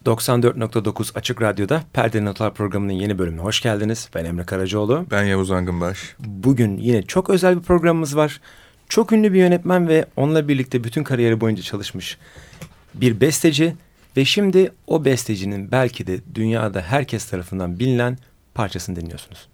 94.9 Açık Radyo'da Perde Notlar programının yeni bölümüne hoş geldiniz. Ben Emre Karacaoğlu. Ben Yavuz Angınbaş. Bugün yine çok özel bir programımız var. Çok ünlü bir yönetmen ve onunla birlikte bütün kariyeri boyunca çalışmış bir besteci. Ve şimdi o bestecinin belki de dünyada herkes tarafından bilinen parçasını dinliyorsunuz.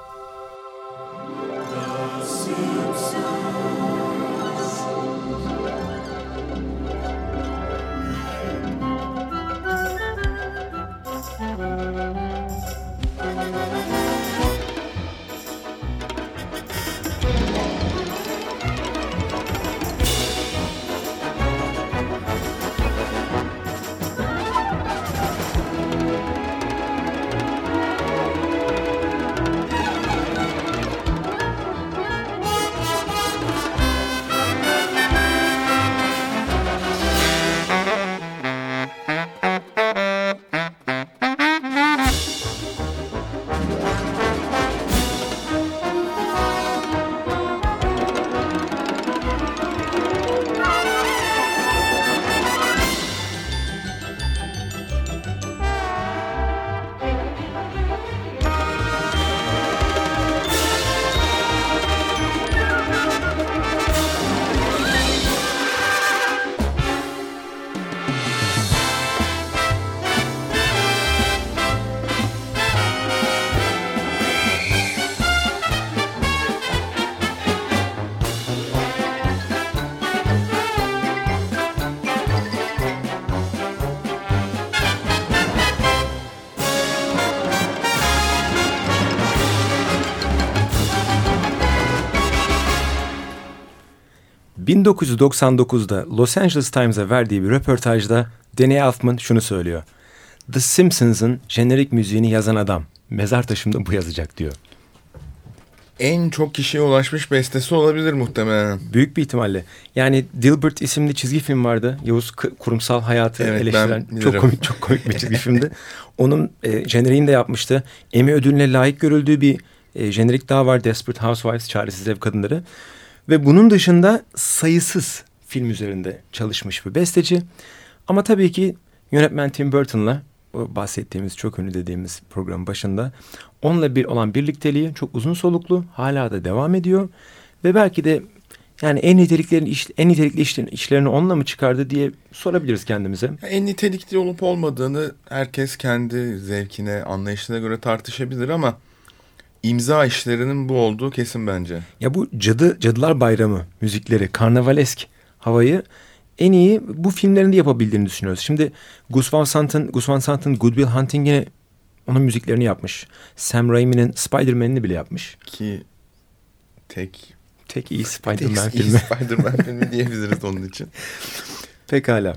1999'da Los Angeles Times'a verdiği bir röportajda Danny Elfman şunu söylüyor. The Simpsons'ın jenerik müziğini yazan adam mezar taşımda bu yazacak diyor. En çok kişiye ulaşmış bestesi olabilir muhtemelen. Büyük bir ihtimalle. Yani Dilbert isimli çizgi film vardı. Yavuz kurumsal hayatı eleştiren çok komik bir çizgi filmdi. Onun jeneriğini de yapmıştı. Emmy ödülüne layık görüldüğü bir jenerik daha var. Desperate Housewives, Çaresiz Ev Kadınları. Ve bunun dışında sayısız film üzerinde çalışmış bir besteci. Ama tabii ki yönetmen Tim Burton'la bahsettiğimiz çok ünlü dediğimiz programın başında onunla bir olan birlikteliği çok uzun soluklu, hala da devam ediyor. Ve belki de yani en nitelikli işlerini onunla mı çıkardı diye sorabiliriz kendimize. En nitelikli olup olmadığını herkes kendi zevkine, anlayışına göre tartışabilir ama İmza işlerinin bu olduğu kesin bence. Ya bu Cadılar Bayramı müzikleri, karnavalesk havayı en iyi bu filmlerinde yapabildiğini düşünüyoruz. Şimdi Gus Van Sant'ın Good Will Hunting'ine onun müziklerini yapmış. Sam Raimi'nin Spider-Man'ini bile yapmış. Ki tek iyi Spider-Man filmi. Spider-Man filmi diyebiliriz onun için. Pekala.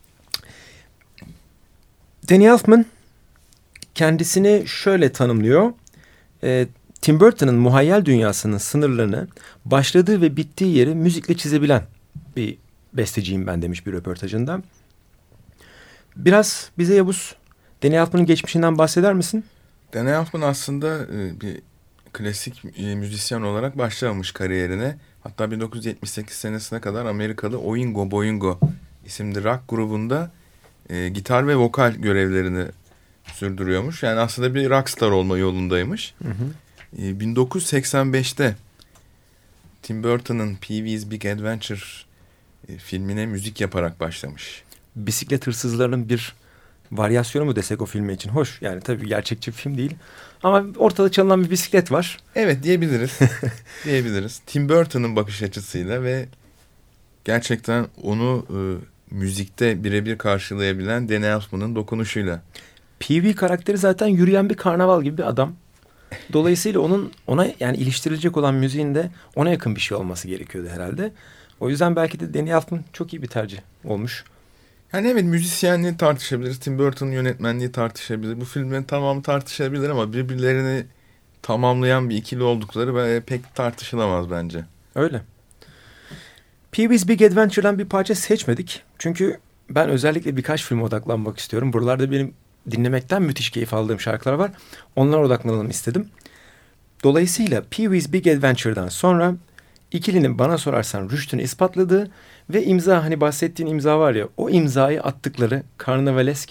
Danny Elfman kendisini şöyle tanımlıyor. Tim Burton'ın muhayyel dünyasının sınırlarını, başladığı ve bittiği yeri müzikle çizebilen bir besteciyim ben demiş bir röportajında. Biraz bize Yavuz, Danny Elfman'ın geçmişinden bahseder misin? Danny Elfman aslında bir klasik müzisyen olarak başlamış kariyerine. Hatta 1978 senesine kadar Amerikalı Oingo Boingo isimli rock grubunda gitar ve vokal görevlerini sürdürüyormuş. Yani aslında bir rockstar olma yolundaymış. Hı hı. 1985'te Tim Burton'ın Pee-wee's Big Adventure filmine müzik yaparak başlamış. Bisiklet hırsızlarının bir varyasyonu mu desek o filmi için? Hoş, yani tabii gerçekçi bir film değil. Ama ortada çalınan bir bisiklet var. Evet, diyebiliriz. diyebiliriz. Tim Burton'ın bakış açısıyla ve gerçekten onu müzikte birebir karşılayabilen Danny Elfman'ın dokunuşuyla. Pee-wee karakteri zaten yürüyen bir karnaval gibi bir adam. Dolayısıyla ona yani iliştirilecek olan müziğin de ona yakın bir şey olması gerekiyordu herhalde. O yüzden belki de Danny Elfman çok iyi bir tercih olmuş. Yani evet, müzisyenliği tartışabiliriz. Tim Burton'un yönetmenliği tartışabilir. Bu filmlerin tamamı tartışabilir ama birbirlerini tamamlayan bir ikili oldukları pek tartışılamaz bence. Öyle. Pee-wee's Big Adventure'dan bir parça seçmedik. Çünkü ben özellikle birkaç filme odaklanmak istiyorum. Buralarda benim dinlemekten müthiş keyif aldığım şarkılar var. Onlara odaklanalım istedim. Dolayısıyla Pee-wee's Big Adventure'dan sonra ikilinin bana sorarsan rüştünü ispatladığı ve imza, hani bahsettiğin imza var ya, o imzayı attıkları karnavalesk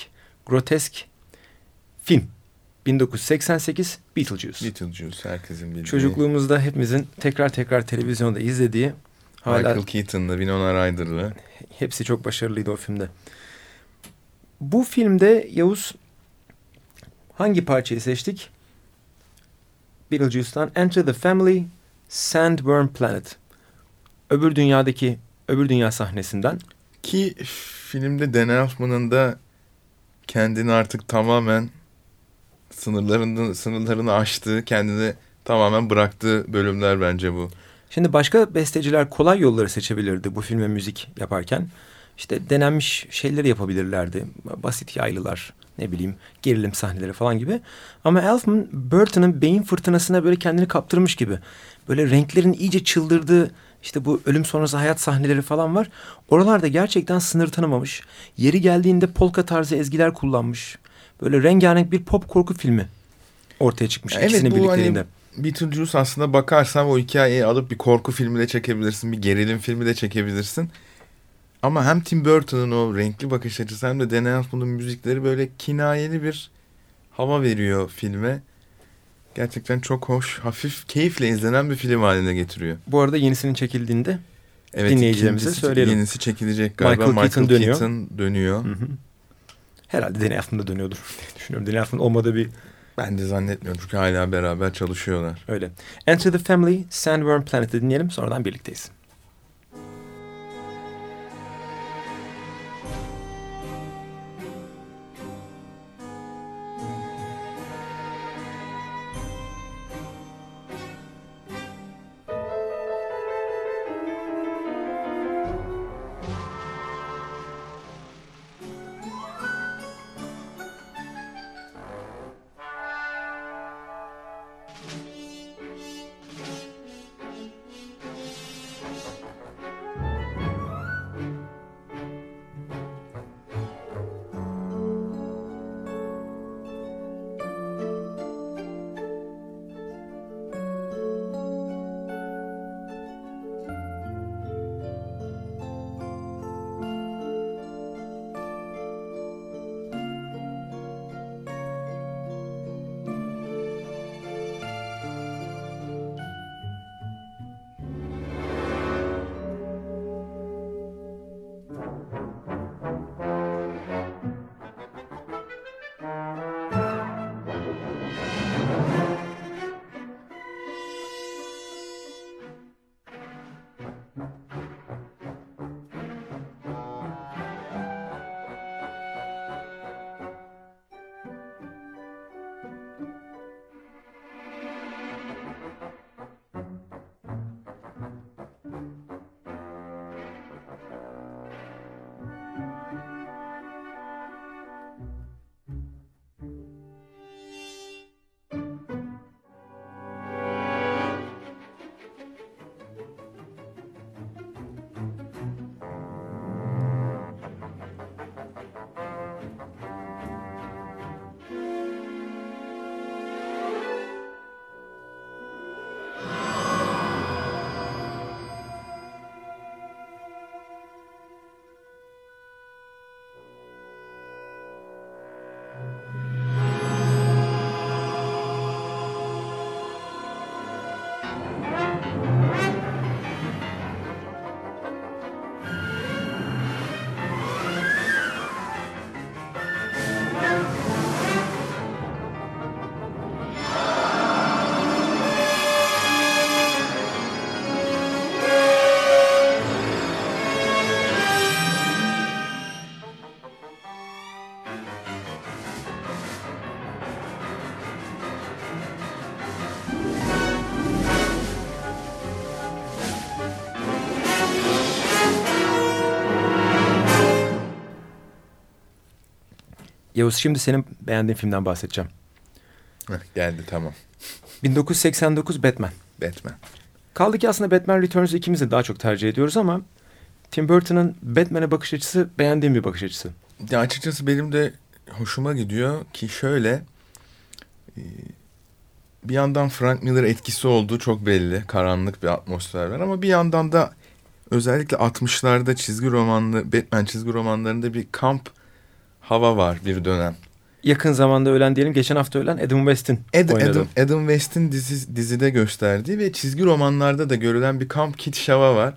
grotesk film. 1988 Beetlejuice. Beetlejuice herkesin bildiği. Çocukluğumuzda hepimizin tekrar televizyonda izlediği. Michael Keaton'lı, Winona Ryder'lı. Hepsi çok başarılıydı o filmde. Bu filmde Yavuz hangi parçayı seçtik? Beetlejuice'dan Enter the Family, Sandworm Planet. Öbür dünya sahnesinden. Ki filmde Dan Elfman'ın da kendini artık tamamen sınırlarını aştığı, kendini tamamen bıraktığı bölümler bence bu. Şimdi başka besteciler kolay yolları seçebilirdi bu filme müzik yaparken. İşte denenmiş şeyleri yapabilirlerdi. Basit yaylılar, ne bileyim gerilim sahneleri falan gibi. Ama Elfman Burton'ın beyin fırtınasına böyle kendini kaptırmış gibi. Böyle renklerin iyice çıldırdığı işte bu ölüm sonrası hayat sahneleri falan var. Oralarda gerçekten sınır tanımamış. Yeri geldiğinde polka tarzı ezgiler kullanmış. Böyle rengarenk bir pop korku filmi ortaya çıkmış ikisinin birlikteliğinde. Hani Beetlejuice aslında bakarsan o hikayeyi alıp bir korku filmi de çekebilirsin, bir gerilim filmi de çekebilirsin. Ama hem Tim Burton'ın o renkli bakış açısı hem de Dan Elfman'ın müzikleri böyle kinayeli bir hava veriyor filme. Gerçekten çok hoş, hafif, keyifle izlenen bir film haline getiriyor. Bu arada yenisinin çekildiğinde dinleyicilerimize söyleyelim. Yenisi çekilecek galiba. Michael Keaton dönüyor. Hı. Herhalde Dan Elfman da dönüyordur diye düşünüyorum. Dan Elfman olmadığı bir... Ben de zannetmiyorum çünkü hala beraber çalışıyorlar. Öyle. Enter the Family, Sandworm Planet'i dinleyelim. Sonradan birlikteyiz. Yavuz, şimdi senin beğendiğin filmden bahsedeceğim. Geldi, tamam. 1989 Batman. Kaldı ki aslında Batman Returns'ı ikimiz de daha çok tercih ediyoruz ama Tim Burton'ın Batman'e bakış açısı beğendiğim bir bakış açısı. Ya açıkçası benim de hoşuma gidiyor ki şöyle, bir yandan Frank Miller etkisi olduğu çok belli. Karanlık bir atmosfer var ama bir yandan da özellikle 60'larda Batman çizgi romanlarında bir kamp hava var bir dönem. Yakın zamanda ölen diyelim, geçen hafta ölen Adam West'in oynadığı. Adam West'in dizide gösterdiği ve çizgi romanlarda da görülen bir Camp Kitsch hava var.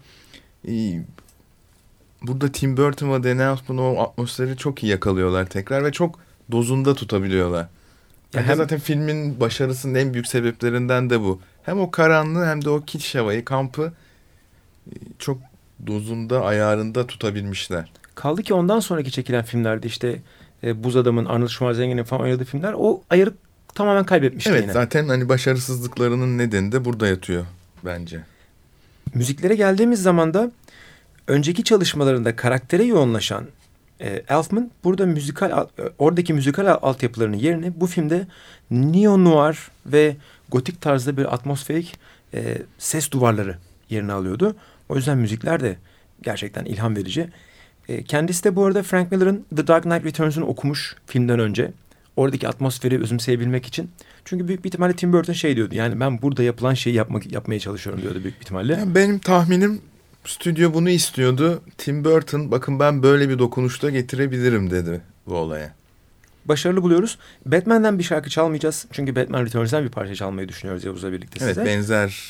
Burada Tim Burton ve Danny Elfman o atmosferi çok iyi yakalıyorlar tekrar ve çok dozunda tutabiliyorlar. Yani zaten filmin başarısının en büyük sebeplerinden de bu. Hem o karanlığı hem de o kitsch havayı, kampı çok dozunda, ayarında tutabilmişler. Kaldı ki ondan sonraki çekilen filmlerde işte Buz Adam'ın, Arnold Schwarzenegger'in falan oynadığı filmler o ayarı tamamen kaybetmişti evet, yine. Zaten hani başarısızlıklarının nedeni de burada yatıyor bence. Müziklere geldiğimiz zaman da önceki çalışmalarında karaktere yoğunlaşan Elfman burada oradaki müzikal altyapılarının yerine bu filmde neo-noir ve gotik tarzda bir atmosferik ses duvarları yerini alıyordu. O yüzden müzikler de gerçekten ilham verici. Kendisi de bu arada Frank Miller'ın The Dark Knight Returns'unu okumuş filmden önce. Oradaki atmosferi özümseyebilmek için. Çünkü büyük bir ihtimalle Tim Burton şey diyordu. Yani ben burada yapılan şeyi yapmaya çalışıyorum diyordu büyük bir ihtimalle. Yani benim tahminim stüdyo bunu istiyordu. Tim Burton bakın ben böyle bir dokunuşta getirebilirim dedi bu olaya. Başarılı buluyoruz. Batman'den bir şarkı çalmayacağız. Çünkü Batman Returns'den bir parça çalmayı düşünüyoruz Yavuz'la birlikte size. Evet,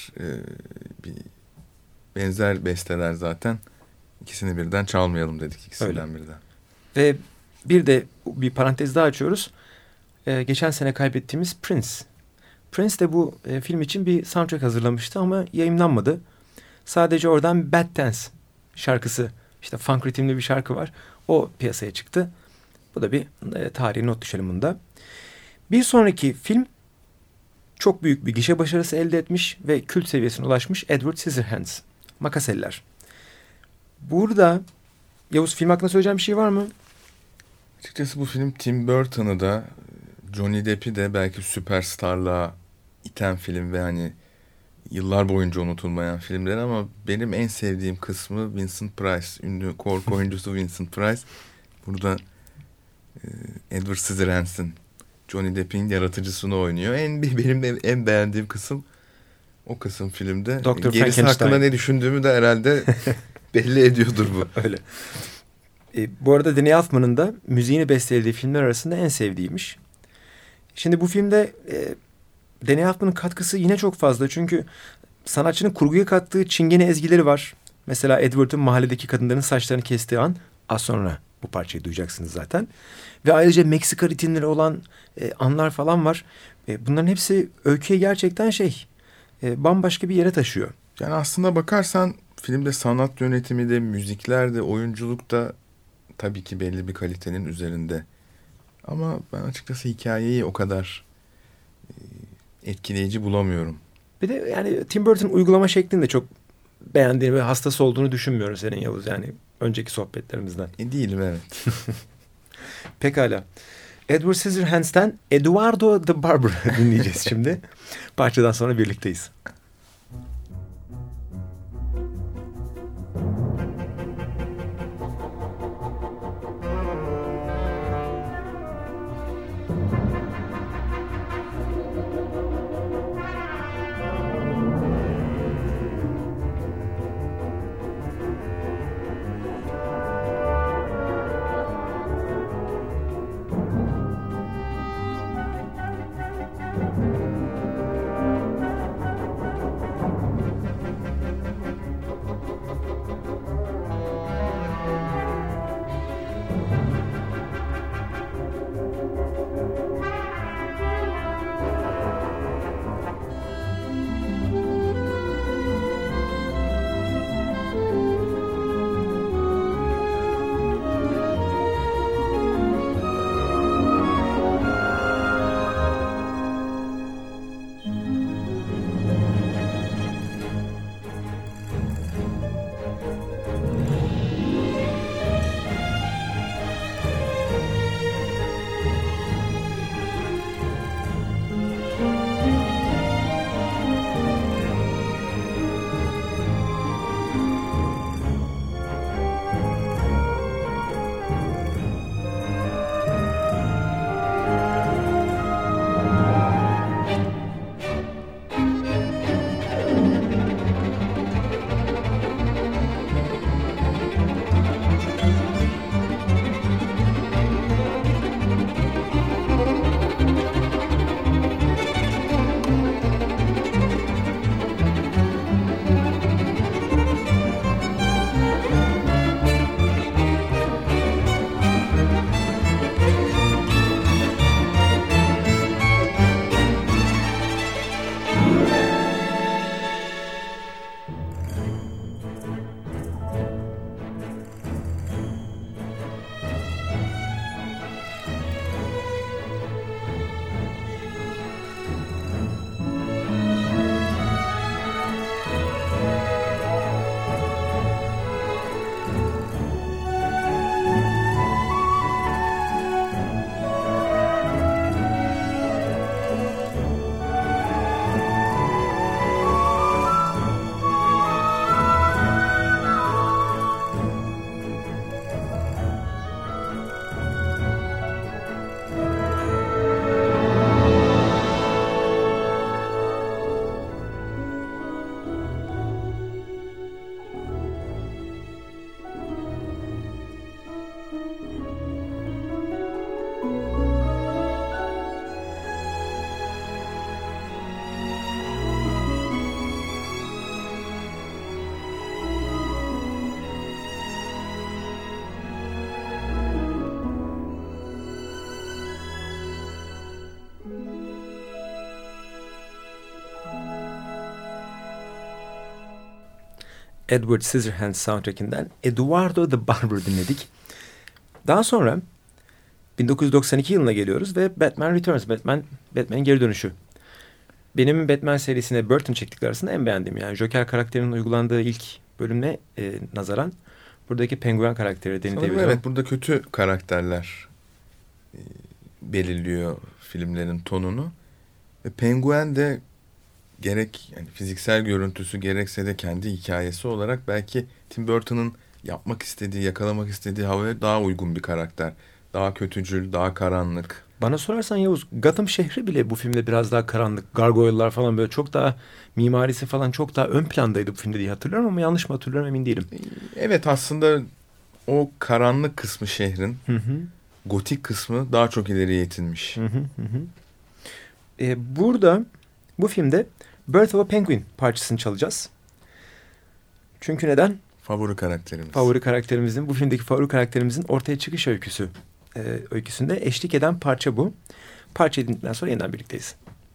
benzer besteler zaten. İkisini birden çalmayalım dedik, ikisinden birden. Ve bir de bir parantez daha açıyoruz. Geçen sene kaybettiğimiz Prince. Prince de bu film için bir soundtrack hazırlamıştı ama yayımlanmadı. Sadece oradan Bad Dance şarkısı, işte funk ritimli bir şarkı var. O piyasaya çıktı. Bu da bir tarihi not düşelim bunda. Bir sonraki film çok büyük bir gişe başarısı elde etmiş ve kült seviyesine ulaşmış Edward Scissorhands. Makas Eller. Burada Yavuz, film hakkında söyleyeceğim bir şey var mı? Açıkçası bu film Tim Burton'ı da Johnny Depp'i de belki süperstarlığa iten film ve hani yıllar boyunca unutulmayan filmler ama benim en sevdiğim kısmı Vincent Price. Ünlü korku oyuncusu Vincent Price. Burada Edward Scissorhands'ın Johnny Depp'in yaratıcısını oynuyor. Benim de en beğendiğim kısım o kısım filmde. Dr. Gerisi hakkında ne düşündüğümü de herhalde belli ediyordur bu. Öyle. Bu arada Danny Elfman'ın da müziğini bestelediği filmler arasında en sevdiğiymiş. Şimdi bu filmde Danny Elfman'ın katkısı yine çok fazla. Çünkü sanatçının kurguya kattığı çingene ezgileri var. Mesela Edward'ın mahalledeki kadınların saçlarını kestiği an, az sonra bu parçayı duyacaksınız zaten. Ve ayrıca Meksika ritimleri olan anlar falan var. Bunların hepsi öyküye gerçekten bambaşka bir yere taşıyor. Yani aslında bakarsan filmde sanat yönetimi de, müzikler de, oyunculuk da tabii ki belli bir kalitenin üzerinde. Ama ben açıkçası hikayeyi o kadar etkileyici bulamıyorum. Bir de yani Tim Burton uygulama şeklini de çok beğendiğini ve hastası olduğunu düşünmüyorum senin Yavuz. Yani önceki sohbetlerimizden. Değilim, evet. Pekala. Edward Scissorhands'ten Eduardo the Barber dinleyeceğiz şimdi. Parçadan sonra birlikteyiz. Edward Scissorhands soundtrackinden Eduardo the Barber dinledik. Daha sonra 1992 yılına geliyoruz ve Batman Returns, Batman'in geri dönüşü. Benim Batman serisine Burton çektikleri arasında en beğendiğim, yani Joker karakterinin uygulandığı ilk bölümüne nazaran buradaki Penguin karakteri denilebilir. Evet, burada kötü karakterler belirliyor filmlerin tonunu. Ve Penguin de gerek yani fiziksel görüntüsü gerekse de kendi hikayesi olarak belki Tim Burton'ın yapmak istediği, yakalamak istediği havaya daha uygun bir karakter. Daha kötücül, daha karanlık. Bana sorarsan Yavuz, Gotham şehri bile bu filmde biraz daha karanlık. Gargoyle'lar falan böyle çok daha, mimarisi falan çok daha ön plandaydı bu filmde diye hatırlıyorum ama yanlış mı hatırlıyorum emin değilim. Evet, aslında o karanlık kısmı şehrin, gotik kısmı daha çok ileriye itilmiş. Burada bu filmde Birth of a Penguin parçasını çalacağız. Çünkü neden? Favori karakterimiz. Bu filmdeki favori karakterimizin ortaya çıkış öyküsünde eşlik eden parça bu. Parçayı dinledikten sonra yeniden birlikteyiz.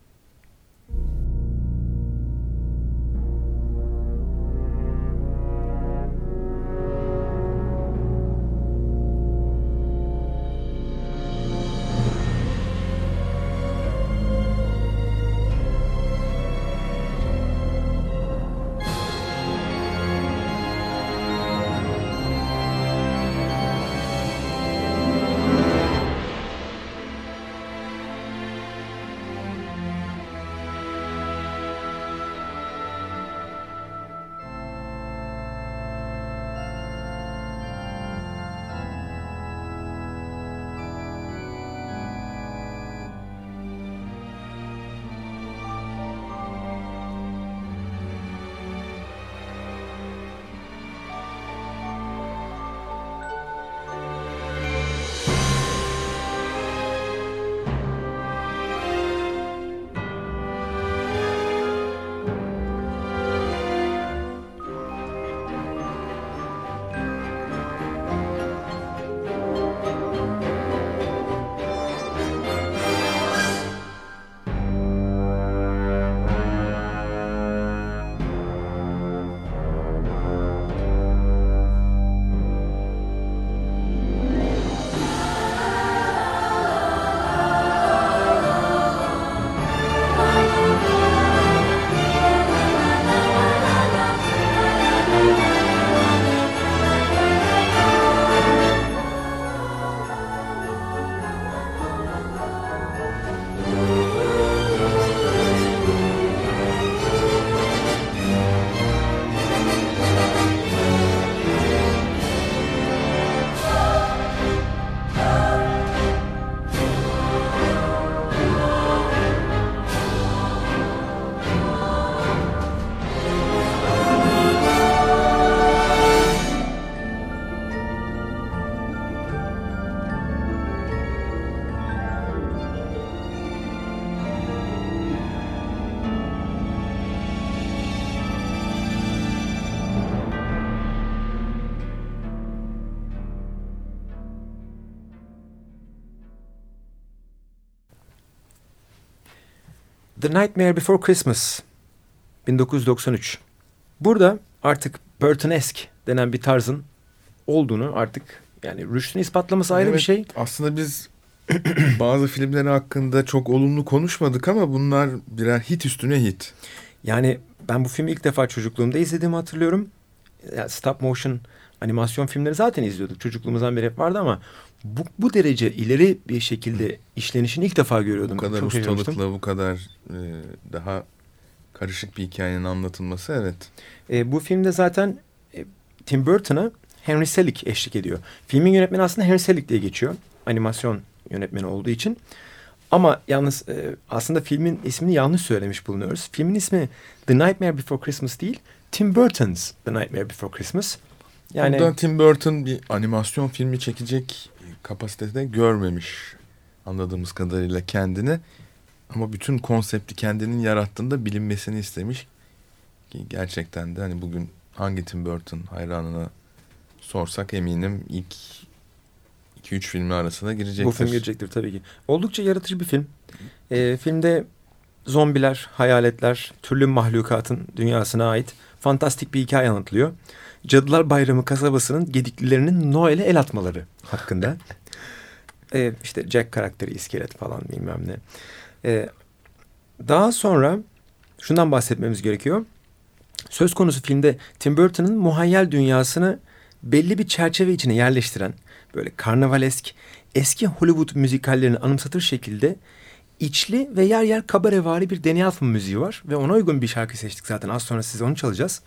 The Nightmare Before Christmas 1993. Burada artık Burton-esk denen bir tarzın olduğunu artık, yani rüştünü ispatlaması ayrı bir şey. Aslında biz bazı filmleri hakkında çok olumlu konuşmadık ama bunlar birer hit üstüne hit. Yani ben bu filmi ilk defa çocukluğumda izlediğimi hatırlıyorum. Yani stop motion animasyon filmleri zaten izliyorduk. Çocukluğumuzdan beri hep vardı ama bu derece ileri bir şekilde işlenişini ilk defa görüyordum. Bu kadar çok ustalıkla, bu kadar daha karışık bir hikayenin anlatılması, evet. Bu filmde zaten Tim Burton'a Henry Selick eşlik ediyor. Filmin yönetmeni aslında Henry Selick diye geçiyor. Animasyon yönetmeni olduğu için. Ama yalnız aslında filmin ismini yanlış söylemiş bulunuyoruz. Filmin ismi The Nightmare Before Christmas değil, Tim Burton's The Nightmare Before Christmas. Yani burada Tim Burton bir animasyon filmi çekecek kapasitede görmemiş anladığımız kadarıyla kendini. Ama bütün konsepti kendinin yarattığında bilinmesini istemiş. Ki gerçekten de hani bugün hangi Tim Burton hayranına sorsak eminim ilk 2-3 filmi arasına girecektir. Bu film girecektir tabii ki. Oldukça yaratıcı bir film. Filmde zombiler, hayaletler, türlü mahlukatın dünyasına ait fantastik bir hikaye anlatılıyor. Cadılar Bayramı kasabasının gediklilerinin Noel'e el atmaları hakkında. İşte Jack karakteri, iskelet falan bilmem ne. Daha sonra şundan bahsetmemiz gerekiyor. Söz konusu filmde Tim Burton'ın muhayyel dünyasını belli bir çerçeve içine yerleştiren, böyle karnavalesk, eski Hollywood müzikallerini anımsatır şekilde içli ve yer yer kabarevari bir Danny Elfman müziği var. Ve ona uygun bir şarkı seçtik zaten. Az sonra size onu çalacağız.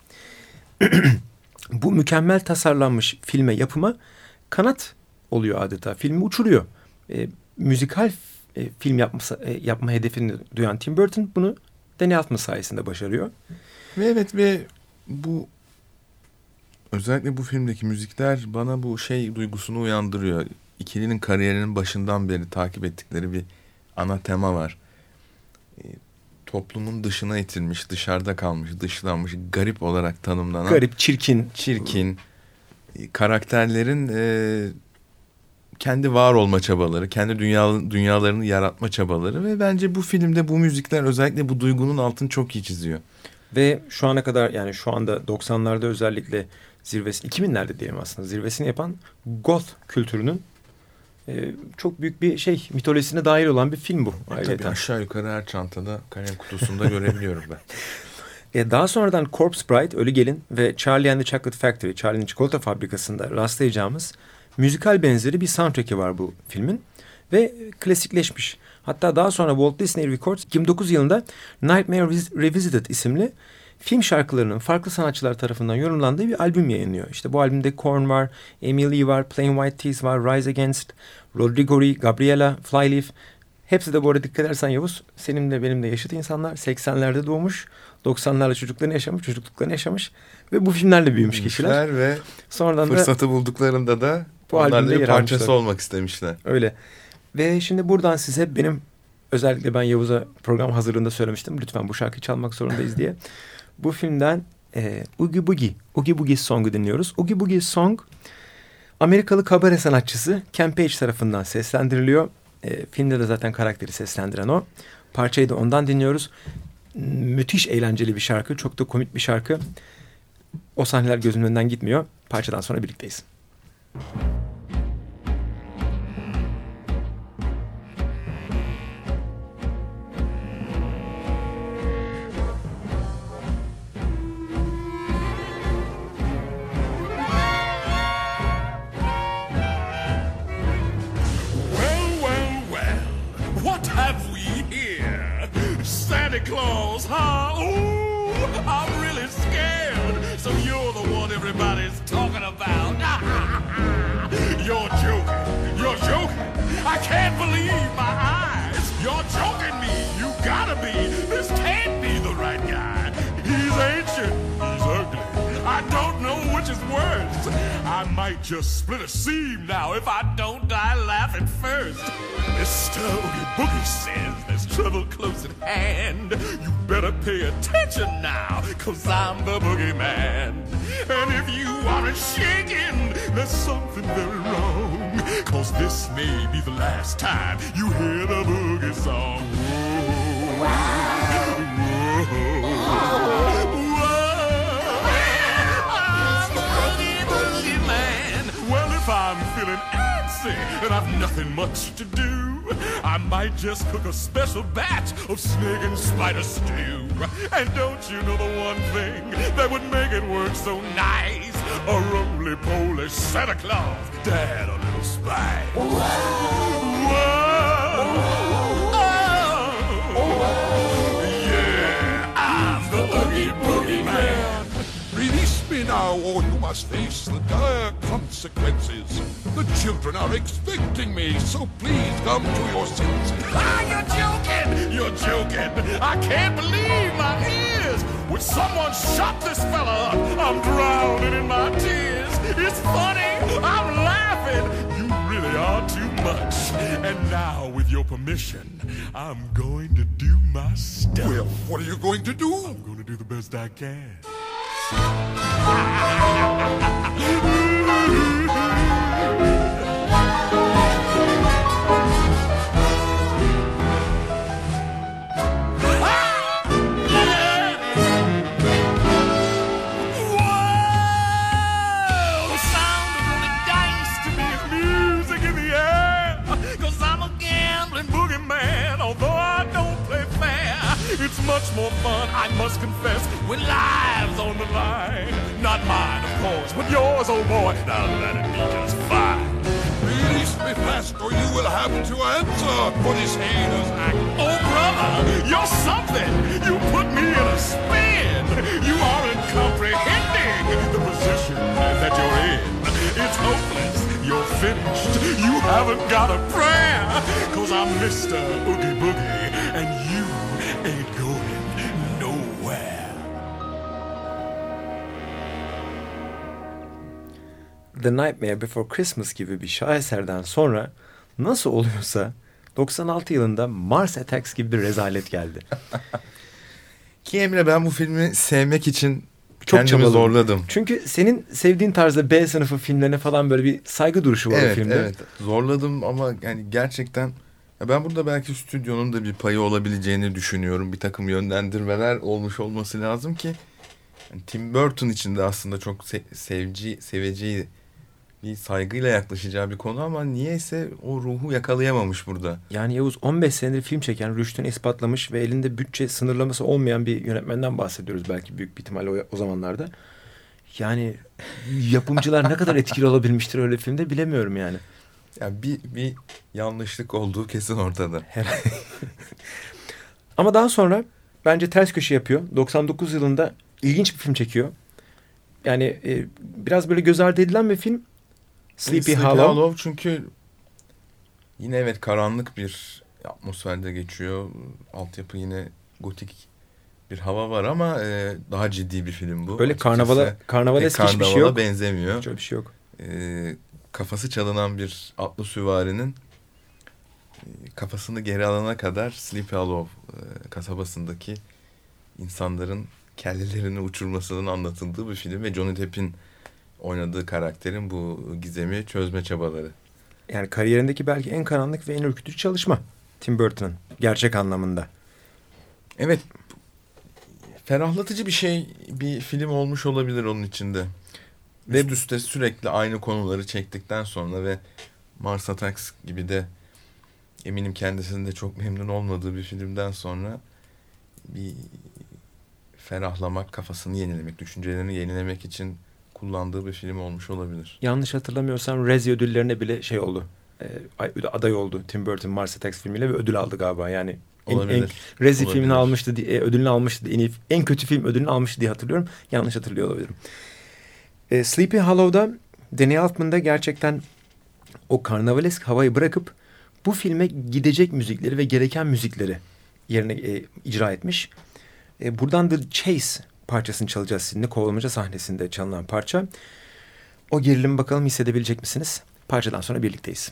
Bu mükemmel tasarlanmış yapıma kanat oluyor adeta. Filmi uçuruyor. Müzikal film yapma hedefini duyan Tim Burton bunu Danny Elfman sayesinde başarıyor. Ve bu özellikle bu filmdeki müzikler bana bu duygusunu uyandırıyor. İkilinin kariyerinin başından beri takip ettikleri bir ana tema var. Toplumun dışına itilmiş, dışarıda kalmış, dışlanmış, garip olarak tanımlanan. Garip, çirkin. Karakterlerin kendi var olma çabaları, kendi dünyalarını yaratma çabaları ve bence bu filmde bu müzikler özellikle bu duygunun altını çok iyi çiziyor. Ve şu ana kadar, yani şu anda 90'larda özellikle zirvesini, 2000'lerde diyelim aslında, zirvesini yapan goth kültürünün çok büyük bir mitolojisine dair olan bir film bu. Tabii aşağı yukarı her çantada, kalem kutusunda görebiliyorum ben. Daha sonradan Corpse Bride, Ölü Gelin ve Charlie and the Chocolate Factory, Charlie'nin Çikolata Fabrikası'nda rastlayacağımız müzikal benzeri bir soundtrack'i var bu filmin. Ve klasikleşmiş. Hatta daha sonra Walt Disney Records 29 yılında Nightmare Revisited isimli film şarkılarının farklı sanatçılar tarafından yorumlandığı bir albüm yayınlıyor. İşte bu albümde Korn var, Amy Lee var, Plain White T's var, Rise Against, Rodrigo Ri, Gabriela, Flyleaf. Hepsi de bu arada dikkat edersen Yavuz, senin de benim de yaşıt insanlar. 80'lerde doğmuş, 90'larda çocukluklarını yaşamış ve bu filmlerle büyümüş kişiler. Ve sonradan fırsatı bulduklarında da onlar da bir parçası olmak istemişler. Öyle. Ve şimdi buradan size özellikle ben Yavuz'a program hazırlığında söylemiştim. Lütfen bu şarkıyı çalmak zorundayız diye. Bu filmden Oogie Boogie Song'u dinliyoruz. Oogie Boogie Song Amerikalı kabare sanatçısı Ken Page tarafından seslendiriliyor. Filmde de zaten karakteri seslendiren o. Parçayı da ondan dinliyoruz. Müthiş eğlenceli bir şarkı. Çok da komik bir şarkı. O sahneler gözümün önünden gitmiyor. Parçadan sonra birlikteyiz. Claus, huh? Ooh, I'm really scared. So you're the one everybody's talking about. You're joking. I can't believe my eyes. You're joking me. You gotta be. This can't be the right guy. He's ancient. He's ugly. I don't know which is worse. I might just split a seam now if I don't die laughing first. Mr. Oogie Boogie says there's trouble close at hand. You better pay attention now, 'cause I'm the boogeyman. And if you aren't shaking, there's something very wrong, 'cause this may be the last time you hear the boogie song. Whoa. I'm feeling antsy and I've nothing much to do, I might just cook a special batch of snake and spider stew. And don't you know the one thing that would make it work so nice? A roly-poly Santa Claus to add a little spice. Whoa. Oh. Yeah, I'm the Oogie Boogie Man. Release me now, or you must face the dire consequences. The children are expecting me, so please come to your senses. Ah, you're joking. I can't believe my ears. Would someone shut this fella up? I'm drowning in my tears. It's funny, I'm laughing. You really are too much. And now, with your permission, I'm going to do my stuff. Well, what are you going to do? I'm going to do the best I can. It's much more fun, I must confess, with lives on the line. Not mine, of course, but yours, oh boy. Now that'd be just fine. Release me fast, or you will have to answer for this heinous act. Oh, brother, you're something. You put me in a spin. You aren't comprehending the position that you're in. It's hopeless. You're finished. You haven't got a prayer. 'Cause I'm Mr. Oogie Boogie, and you ain't going nowhere. The Nightmare Before Christmas gibi bir şaheserden sonra nasıl oluyorsa 96 yılında Mars Attacks gibi bir rezalet geldi. Ki Emre, ben bu filmi sevmek için çok kendimi zorladım. Çünkü senin sevdiğin tarzda B sınıfı filmlerine falan böyle bir saygı duruşu var o filmde. Evet, zorladım ama yani gerçekten ben burada belki stüdyonun da bir payı olabileceğini düşünüyorum. Bir takım yönlendirmeler olmuş olması lazım ki yani Tim Burton için de aslında çok seveceği bir saygıyla yaklaşacağı bir konu ama niyeyse o ruhu yakalayamamış burada. Yani Yavuz 15 senedir film çeken, rüştünü ispatlamış ve elinde bütçe sınırlaması olmayan bir yönetmenden bahsediyoruz belki büyük bir ihtimalle o zamanlarda. Yani yapımcılar ne kadar etkili olabilmiştir öyle filmde bilemiyorum yani. Yani bir yanlışlık olduğu kesin ortada. Ama daha sonra bence ters köşe yapıyor. 99 yılında ilginç bir film çekiyor. Yani biraz böyle göz ardı edilen bir film. Sleepy Hollow. Çünkü yine evet karanlık bir atmosferde geçiyor. Altyapı yine gotik bir hava var ama daha ciddi bir film bu. Öyle karnavalesk hiçbir şey yok. Benzemiyor. Hiç öyle bir şey yok. Kafası çalınan bir atlı süvarinin kafasını geri alana kadar Sleepy Hollow kasabasındaki insanların kellelerini uçurmasının anlatıldığı bir film ve Johnny Depp'in oynadığı karakterin bu gizemi çözme çabaları. Yani kariyerindeki belki en karanlık ve en ürkütücü çalışma Tim Burton'ın gerçek anlamında. Evet, ferahlatıcı bir film olmuş olabilir onun içinde. Ve üst üste sürekli aynı konuları çektikten sonra ve Mars Attacks gibi de eminim kendisinin de çok memnun olmadığı bir filmden sonra bir ferahlamak, kafasını yenilemek, düşüncelerini yenilemek için kullandığı bir film olmuş olabilir. Yanlış hatırlamıyorsam Razzie ödüllerine bile oldu. Aday oldu Tim Burton Mars Attacks filmiyle ve ödül aldı galiba. Yani Razzie filmini almıştı, ödülünü almıştı. En kötü film ödülünü almıştı diye hatırlıyorum. Yanlış hatırlıyor olabilirim. Sleepy Hollow'da Danny Elfman gerçekten o karnavalesk havayı bırakıp bu filme gidecek müzikleri ve gereken müzikleri yerine icra etmiş. Buradan The Chase parçasını çalacağız sizinle. Kovalamaca sahnesinde çalınan parça. O gerilimi bakalım hissedebilecek misiniz? Parçadan sonra birlikteyiz.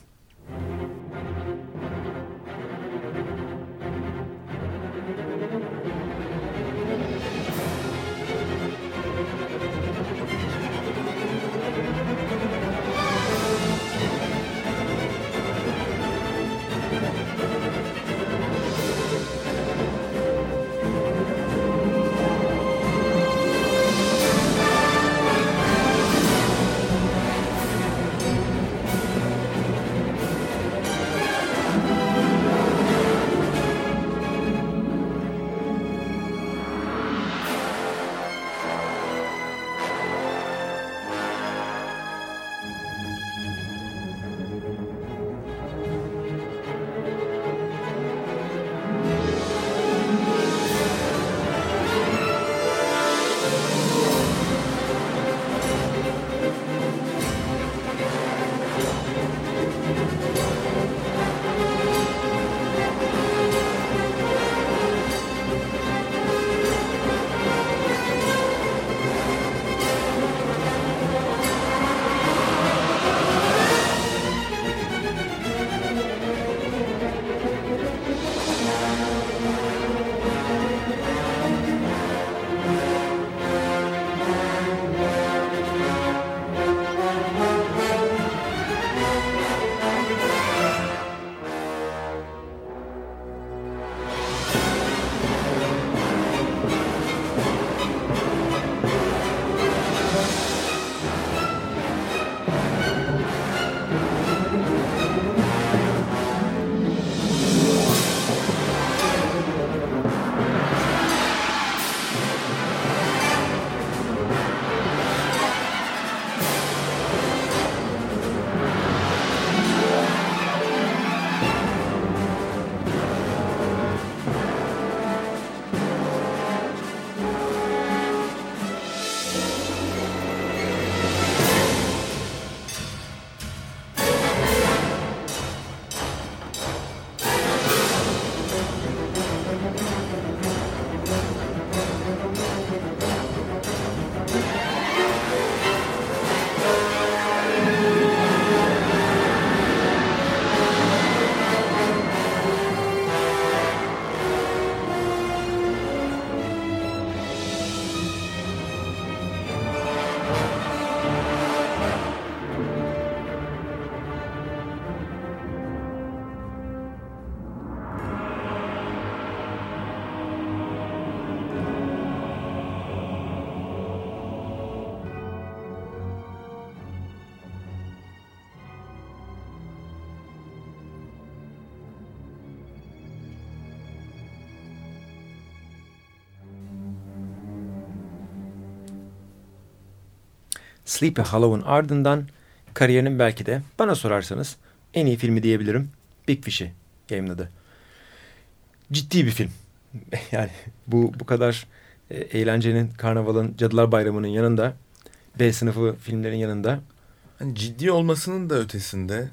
Sleepy Hollow'un ardından kariyerinin belki de bana sorarsanız en iyi filmi diyebilirim. Big Fish'i yayımladı. Ciddi bir film. Yani bu kadar eğlencenin, karnavalın, Cadılar Bayramı'nın yanında, B sınıfı filmlerin yanında. Hani ciddi olmasının da ötesinde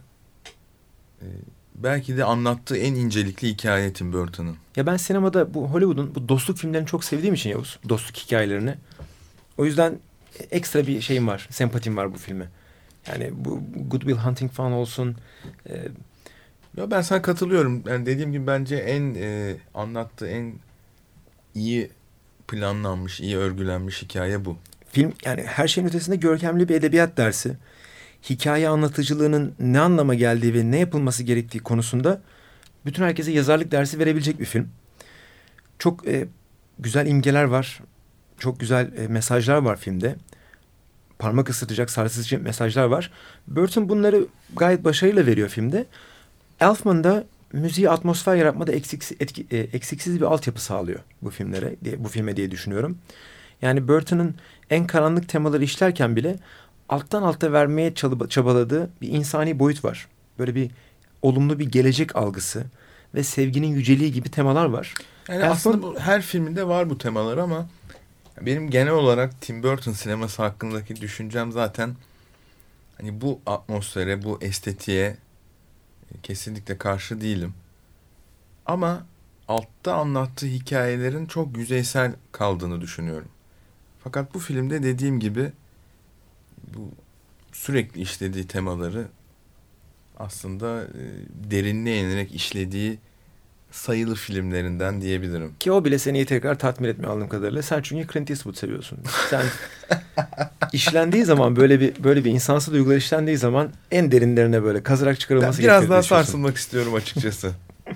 belki de anlattığı en incelikli hikaye Tim Burton'ın. Ya ben sinemada bu Hollywood'un bu dostluk filmlerini çok sevdiğim için Yavuz. Dostluk hikayelerini. O yüzden ekstra bir şeyim var. Sempatim var bu filme. Yani bu Good Will Hunting falan olsun. Ya ben sana katılıyorum. Yani dediğim gibi bence en anlattığı en iyi planlanmış, iyi örgülenmiş hikaye bu. Film yani her şeyin ötesinde görkemli bir edebiyat dersi. Hikaye anlatıcılığının ne anlama geldiği ve ne yapılması gerektiği konusunda bütün herkese yazarlık dersi verebilecek bir film. Çok güzel imgeler var. Çok güzel mesajlar var filmde. Parmak ısırtacak, sarsıcı mesajlar var. Burton bunları gayet başarıyla veriyor filmde. Elfman da müziği atmosfer yaratmada eksiksiz bir altyapı sağlıyor bu filme diye düşünüyorum. Yani Burton'ın en karanlık temaları işlerken bile alttan alta vermeye çabaladığı bir insani boyut var. Böyle bir olumlu bir gelecek algısı ve sevginin yüceliği gibi temalar var. Yani aslında her filminde var bu temalar ama benim genel olarak Tim Burton sineması hakkındaki düşüncem zaten hani bu atmosfere, bu estetiğe kesinlikle karşı değilim. Ama altta anlattığı hikayelerin çok yüzeysel kaldığını düşünüyorum. Fakat bu filmde dediğim gibi bu sürekli işlediği temaları aslında derinliğe inerek işlediği sayılı filmlerinden diyebilirim. Ki o bile seni tekrar tatmin etmiyor anladığım kadarıyla. Sen çünkü Clint Eastwood seviyorsun. Sen işlendiği zaman böyle bir insansı duygular işlendiği zaman en derinlerine böyle kazırak çıkarılması gerekiyor. Biraz daha sarsılmak istiyorum açıkçası.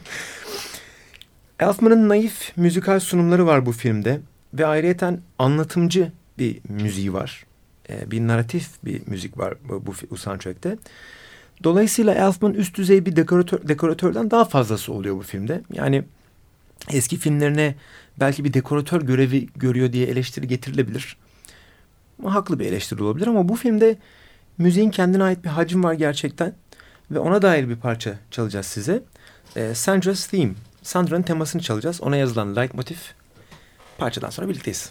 Elfman'ın naif müzikal sunumları var bu filmde ve ayrıyeten anlatımcı bir müziği var. Bir narratif bir müzik var bu soundtrack'te. Dolayısıyla Elfman üst düzey bir dekoratörden daha fazlası oluyor bu filmde. Yani eski filmlerine belki bir dekoratör görevi görüyor diye eleştiri getirilebilir. Haklı bir eleştiri olabilir ama bu filmde müziğin kendine ait bir hacim var gerçekten. Ve ona dair bir parça çalacağız size. Sandra's Theme. Sandra'nın temasını çalacağız. Ona yazılan leitmotiv parçadan sonra birlikteyiz.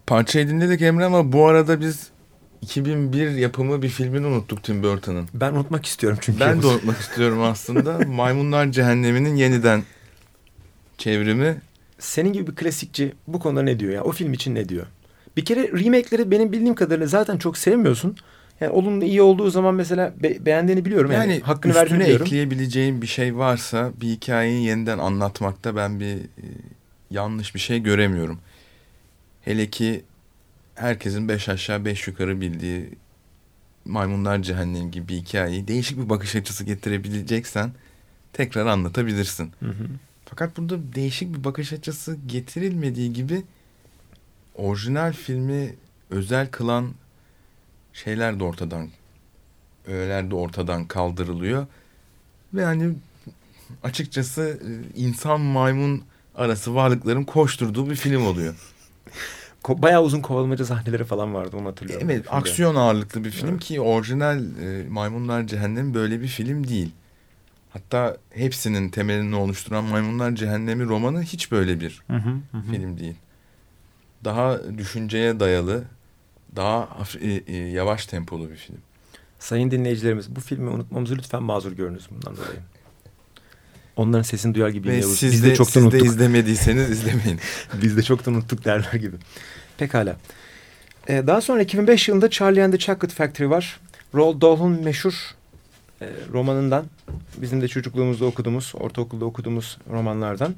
Parçayı dinledik Emre ama bu arada biz 2001 yapımı bir filmini unuttuk Tim Burton'ın. Ben unutmak istiyorum çünkü. Ben de unutmak istiyorum aslında. Maymunlar Cehennemi'nin yeniden çevrimi. Senin gibi bir klasikçi bu konuda ne diyor ya? O film için ne diyor? Bir kere remake'leri benim bildiğim kadarıyla zaten çok sevmiyorsun. Yani olumlu iyi olduğu zaman mesela beğendiğini biliyorum. Yani hakkını verdiğini üstüne biliyorum. ekleyebileceğim bir şey varsa bir hikayeyi yeniden anlatmakta ben bir yanlış bir şey göremiyorum. Hele ki herkesin 5 aşağı 5 yukarı bildiği Maymunlar Cehennemi gibi bir hikayeyi değişik bir bakış açısı getirebileceksen tekrar anlatabilirsin. Hı hı. Fakat burada değişik bir bakış açısı getirilmediği gibi orijinal filmi özel kılan şeyler de ortadan, öğeler de ortadan kaldırılıyor. Ve hani açıkçası insan maymun arası varlıkların koşturduğu bir film oluyor. Bayağı uzun kovalamaca sahneleri falan vardı, onu hatırlıyorum. Evet, aksiyon ağırlıklı bir film, evet. Ki orijinal Maymunlar Cehennemi böyle bir film değil. Hatta hepsinin temelini oluşturan Maymunlar Cehennemi romanı hiç böyle bir film değil. Daha düşünceye dayalı, daha yavaş tempolu bir film. Sayın dinleyicilerimiz, bu filmi unutmamızı lütfen mazur görünüz bundan dolayı. Onların sesini duyar gibi. Ve siz de izlemediyseniz izlemeyin. Biz de çoktan unuttuk derler gibi. Pekala. Daha sonra 2005 yılında Charlie and the Chocolate Factory var. Roald Dahl'un meşhur romanından. Bizim de çocukluğumuzda okuduğumuz, ortaokulda okuduğumuz romanlardan.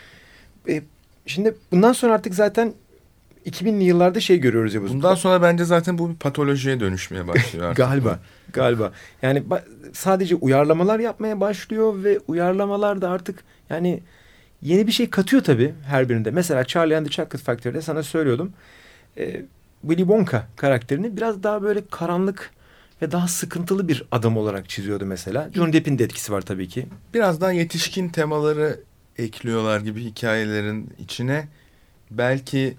Şimdi bundan sonra artık zaten 2000'li yıllarda şey görüyoruz ya. Bundan sonra bence zaten bu bir patolojiye dönüşmeye başlıyor artık. Galiba. Yani sadece uyarlamalar yapmaya başlıyor ve uyarlamalar da artık yani yeni bir şey katıyor tabii her birinde. Mesela Charlie and the Chocolate Factory'de sana söylüyordum. Willy Wonka karakterini biraz daha böyle karanlık ve daha sıkıntılı bir adam olarak çiziyordu mesela. Johnny Depp'in de etkisi var tabii ki. Biraz daha yetişkin temaları ekliyorlar gibi hikayelerin içine. Belki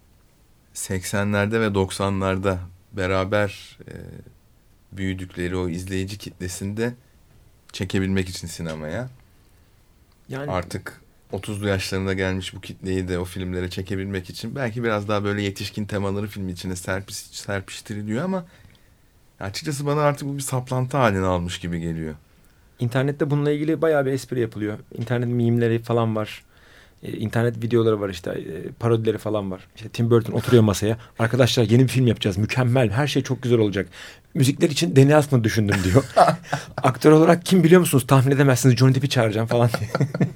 80'lerde ve 90'larda beraber büyüdükleri o izleyici kitlesinde çekebilmek için sinemaya. Yani artık 30'lu yaşlarına gelmiş bu kitleyi de o filmlere çekebilmek için belki biraz daha böyle yetişkin temaları film içine serpiştiriliyor ama açıkçası bana artık bu bir saplantı halini almış gibi geliyor. İnternette bununla ilgili bayağı bir espri yapılıyor. İnternet mimleri falan var. İnternet videoları var işte, parodileri falan var. İşte Tim Burton oturuyor masaya. Arkadaşlar yeni bir film yapacağız. Mükemmel. Her şey çok güzel olacak. Müzikler için Danny Elfman'ı düşündüm diyor. Aktör olarak kim biliyor musunuz? Tahmin edemezsiniz. Johnny Depp'i çağıracağım falan diye.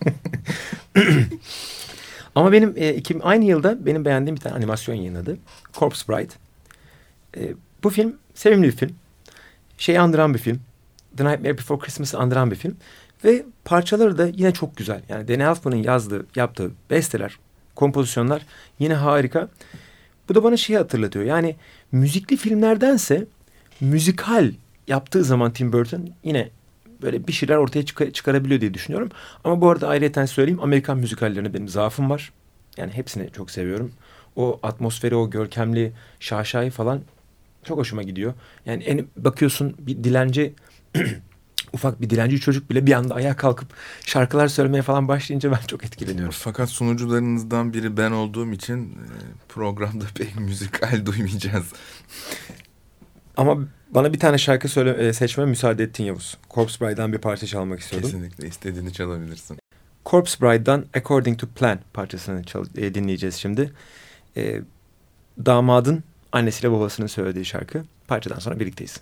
Ama benim aynı yılda benim beğendiğim bir tane animasyon yayınladı. Corpse Bride. Bu film sevimli bir film. Şeyi andıran bir film. The Nightmare Before Christmas'ı andıran bir film. Ve parçaları da yine çok güzel. Yani Danny Elfman'ın yaptığı besteler, kompozisyonlar yine harika. Bu da bana şeyi hatırlatıyor. Yani müzikli filmlerdense müzikal yaptığı zaman Tim Burton yine böyle bir şeyler ortaya çıkarabiliyor diye düşünüyorum. Ama bu arada ayrıyeten söyleyeyim, Amerikan müzikallerine benim zaafım var. Yani hepsini çok seviyorum. O atmosferi, o görkemli şaşayı falan çok hoşuma gidiyor. Yani bakıyorsun bir dilenci ufak bir dilenci çocuk bile bir anda ayağa kalkıp şarkılar söylemeye falan başlayınca ben çok etkileniyorum. Fakat sunucularınızdan biri ben olduğum için programda pek müzikal duymayacağız. Ama bana bir tane şarkı seçmeme müsaade ettin Yavuz. Corpse Bride'dan bir parça çalmak istiyordum. Kesinlikle, istediğini çalabilirsin. Corpse Bride'dan According to Plan parçasını dinleyeceğiz şimdi. Damadın annesiyle babasının söylediği şarkı. Parçadan sonra birlikteyiz.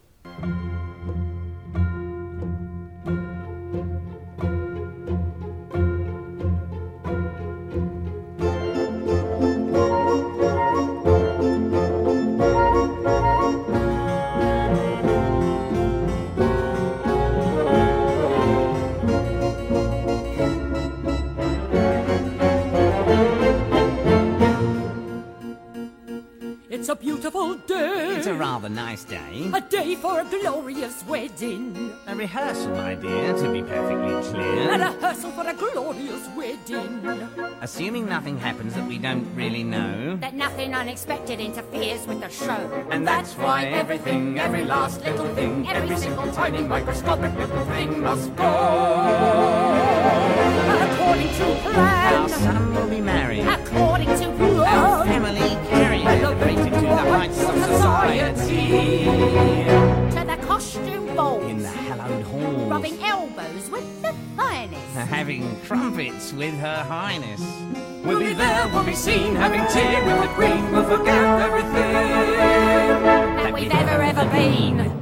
It's a beautiful day. It's a rather nice day. A day for a glorious wedding. A rehearsal, my dear, to be perfectly clear. A rehearsal for a glorious wedding. Assuming nothing happens that we don't really know. That nothing unexpected interferes with the show. And that's why everything, every last little thing, every single tiny microscopic little thing must go. According to plan. Our son will be married. According to plan. Our family carried. rights of society. To the costume balls. In the hallowed halls. Rubbing elbows with the finest. Having trumpets with her highness. We'll be there, we'll be seen, having tea with the queen. We'll forget everything that we've ever been.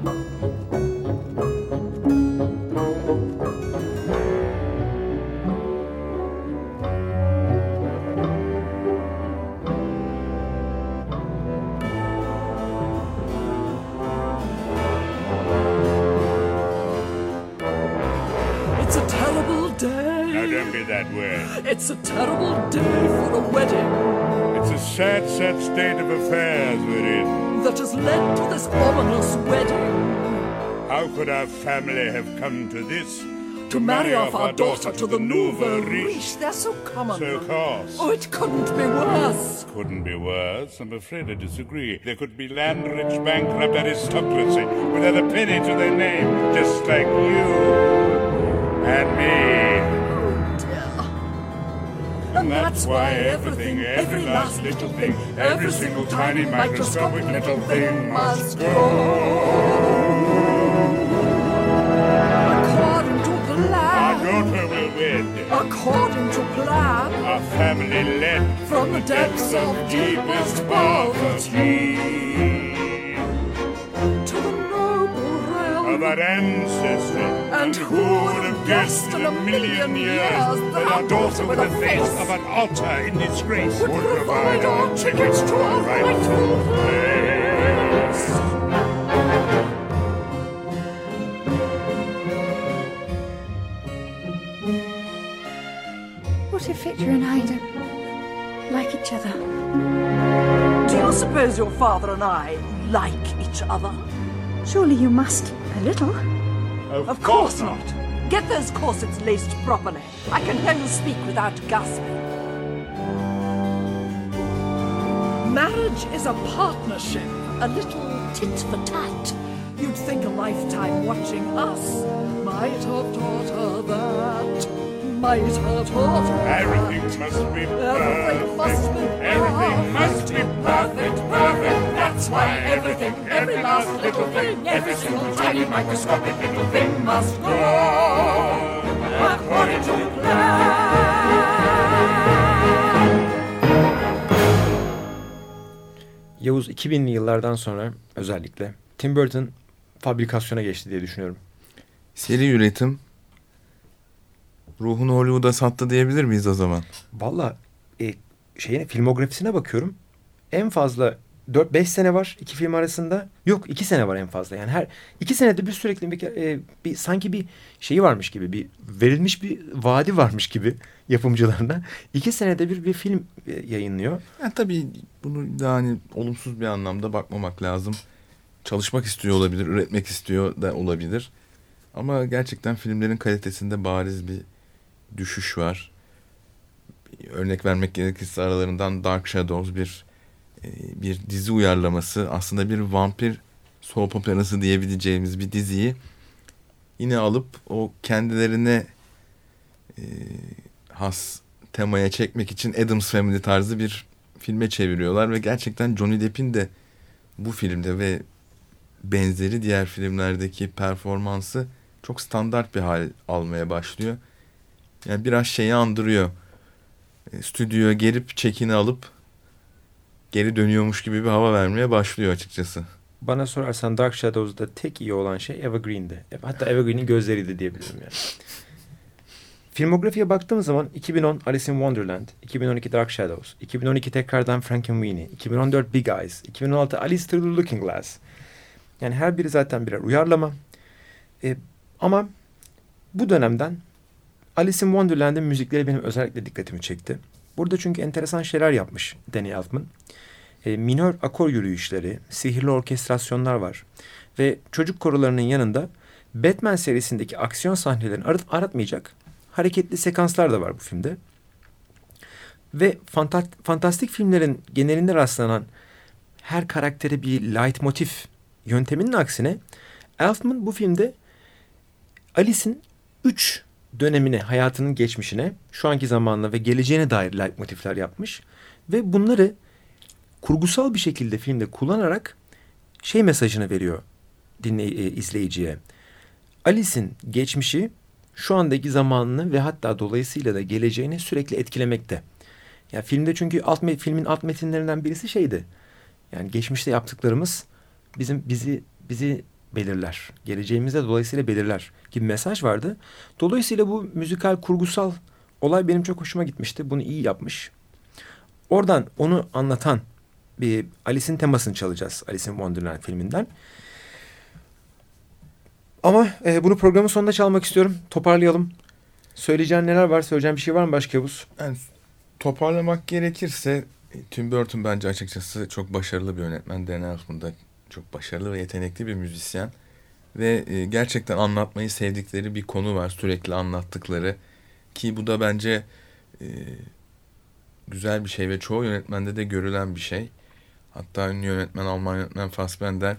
It's a terrible day. Now don't be that way. It's a terrible day for a wedding It's a sad, sad state of affairs we're in. that has led to this ominous wedding. How could our family have come to this? To marry off our daughter to the nouveau riche. They're so common. So coarse. Oh, it couldn't be worse. Couldn't be worse. I'm afraid I disagree. There could be land-rich, bankrupt aristocracy without a penny to their name, just like you and me. And that's why everything, every last little thing, every single tiny microscopic little thing must go. According to Our plan. daughter will wed. According to plan. Our family led From the depths of deepest poverty to the noble realm of our ancestors. And who would have guessed in a million years that our daughter with a face of an altar in disgrace would provide our tickets to our rightful place? What if Victor and I don't like each other? Do you suppose your father and I like each other? Surely you must a little. Of course not. Get those corsets laced properly. I can hear you speak without gasping. Marriage is a partnership, a little tit for tat. You'd think a lifetime watching us might have taught her that. Might have taught her Everything must be Everything must be perfect. Everything must be perfect, perfect. That's why everything, every last little thing, every single tiny microscopic little thing must go according to plan. Yavuz 2000'li yıllardan sonra özellikle Tim Burton fabrikasyona geçti diye düşünüyorum. Seri üretim ruhunu Hollywood'a sattı diyebilir miyiz o zaman? Valla filmografisine bakıyorum. En fazla 4-5 sene var iki film arasında. Yok 2 sene var en fazla. Yani her 2 senede bir sürekli bir sanki bir şeyi varmış gibi, bir verilmiş bir vaadi varmış gibi yapımcılarına. 2 senede bir film yayınlıyor. Yani tabii bunu da hani olumsuz bir anlamda bakmamak lazım. Çalışmak istiyor olabilir, üretmek istiyor da olabilir. Ama gerçekten filmlerin kalitesinde bariz bir düşüş var. Örnek vermek gerekirse aralarından Dark Shadows bir dizi uyarlaması, aslında bir vampir soap operası diyebileceğimiz bir diziyi yine alıp o kendilerine has temaya çekmek için Addams Family tarzı bir filme çeviriyorlar ve gerçekten Johnny Depp'in de bu filmde ve benzeri diğer filmlerdeki performansı çok standart bir hal almaya başlıyor. Yani biraz şeyi andırıyor. Stüdyoya gelip çekini alıp geri dönüyormuş gibi bir hava vermeye başlıyor açıkçası. Bana sorarsan Dark Shadows'da tek iyi olan şey Eva Green'di. Hatta Eva Green'in gözleriydi diyebilirim yani. Filmografiye baktığımız zaman 2010 Alice in Wonderland, 2012 Dark Shadows, 2012 tekrardan Frankenweenie, 2014 Big Eyes, 2016 Alice Through the Looking Glass. Yani her biri zaten birer uyarlama. Ama bu dönemden Alice in Wonderland'in müzikleri benim özellikle dikkatimi çekti. Burada çünkü enteresan şeyler yapmış Danny Elfman. Minör akor yürüyüşleri, sihirli orkestrasyonlar var. Ve çocuk korolarının yanında Batman serisindeki aksiyon sahnelerini aratmayacak hareketli sekanslar da var bu filmde. Ve fantastik filmlerin genelinde rastlanan her karaktere bir leitmotiv yönteminin aksine Elfman bu filmde Alice'in 3 dönemine, hayatının geçmişine, şu anki zamanına ve geleceğine dair leitmotifler yapmış. Ve bunları kurgusal bir şekilde filmde kullanarak şey mesajını veriyor izleyiciye. Alice'in geçmişi şu andaki zamanını ve hatta dolayısıyla da geleceğini sürekli etkilemekte. Ya filmde çünkü filmin alt metinlerinden birisi şeydi. Yani geçmişte yaptıklarımız bizi belirler. Geleceğimizde dolayısıyla belirler gibi mesaj vardı. Dolayısıyla bu müzikal kurgusal olay benim çok hoşuma gitmişti. Bunu iyi yapmış. Oradan onu anlatan bir Alice'in temasını çalacağız. Alice in Wonderland filminden. Ama bunu programın sonunda çalmak istiyorum. Toparlayalım. Söyleyeceğin neler var? Söyleyeceğin bir şey var mı başka Yavuz? Yani toparlamak gerekirse Tim Burton bence açıkçası çok başarılı bir yönetmen. Dan Elfman da çok başarılı ve yetenekli bir müzisyen. Ve gerçekten anlatmayı sevdikleri bir konu var. Sürekli anlattıkları. Ki bu da bence güzel bir şey ve çoğu yönetmende de görülen bir şey. Hatta ünlü yönetmen, Alman yönetmen Fassbender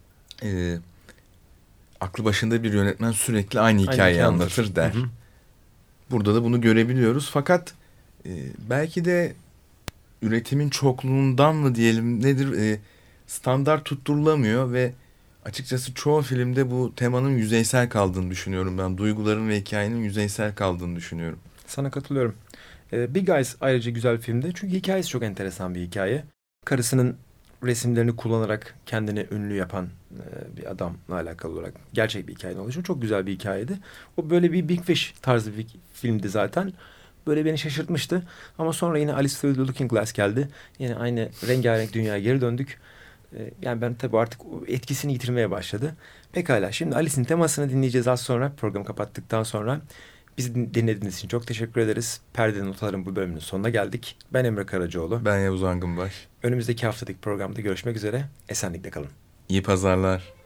aklı başında bir yönetmen sürekli aynı hikayeyi anlatır der. Hı hı. Burada da bunu görebiliyoruz. Fakat belki de üretimin çokluğundan mı diyelim nedir standart tutturulamıyor ve açıkçası çoğu filmde bu temanın yüzeysel kaldığını düşünüyorum ben. Duyguların ve hikayenin yüzeysel kaldığını düşünüyorum. Sana katılıyorum. Big Eyes ayrıca güzel bir filmdi. Çünkü hikayesi çok enteresan bir hikaye. Karısının resimlerini kullanarak kendini ünlü yapan bir adamla alakalı olarak gerçek bir hikayenin oluşu çok güzel bir hikayeydi. O böyle bir Big Fish tarzı bir filmdi zaten. Böyle beni şaşırtmıştı. Ama sonra yine Alice Through the Looking Glass geldi. Yine aynı rengarenk dünyaya geri döndük. Yani ben tabii artık etkisini yitirmeye başladı. Pekala, şimdi Alice'in temasını dinleyeceğiz az sonra. Programı kapattıktan sonra. Bizi dinlediğiniz için çok teşekkür ederiz. Perde Notaların bu bölümünün sonuna geldik. Ben Emre Karacaoğlu. Ben Yavuz Angınbaş. Önümüzdeki haftadaki programda görüşmek üzere. Esenlikle kalın. İyi pazarlar.